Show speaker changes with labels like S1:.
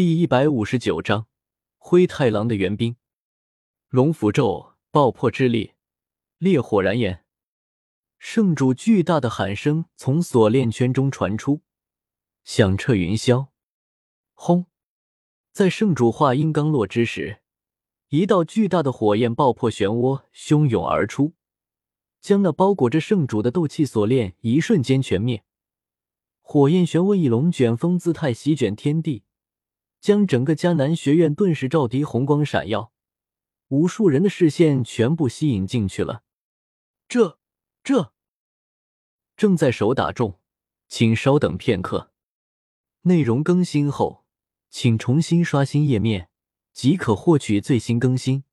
S1: 第159章灰太狼的援兵。龙符咒，爆破之力，烈火燃炎。圣主巨大的喊声从锁链圈中传出，响彻云霄。轰！在圣主话音刚落之时，一道巨大的火焰爆破漩涡汹涌而出，将那包裹着圣主的斗气锁链一瞬间全灭。火焰漩涡以龙卷风姿态席卷天地，将整个迦南学院顿时照敌红光闪耀，无数人的视线全部吸引进去了。这正在手打中，请稍等片刻。内容更新后，请重新刷新页面即可获取最新更新。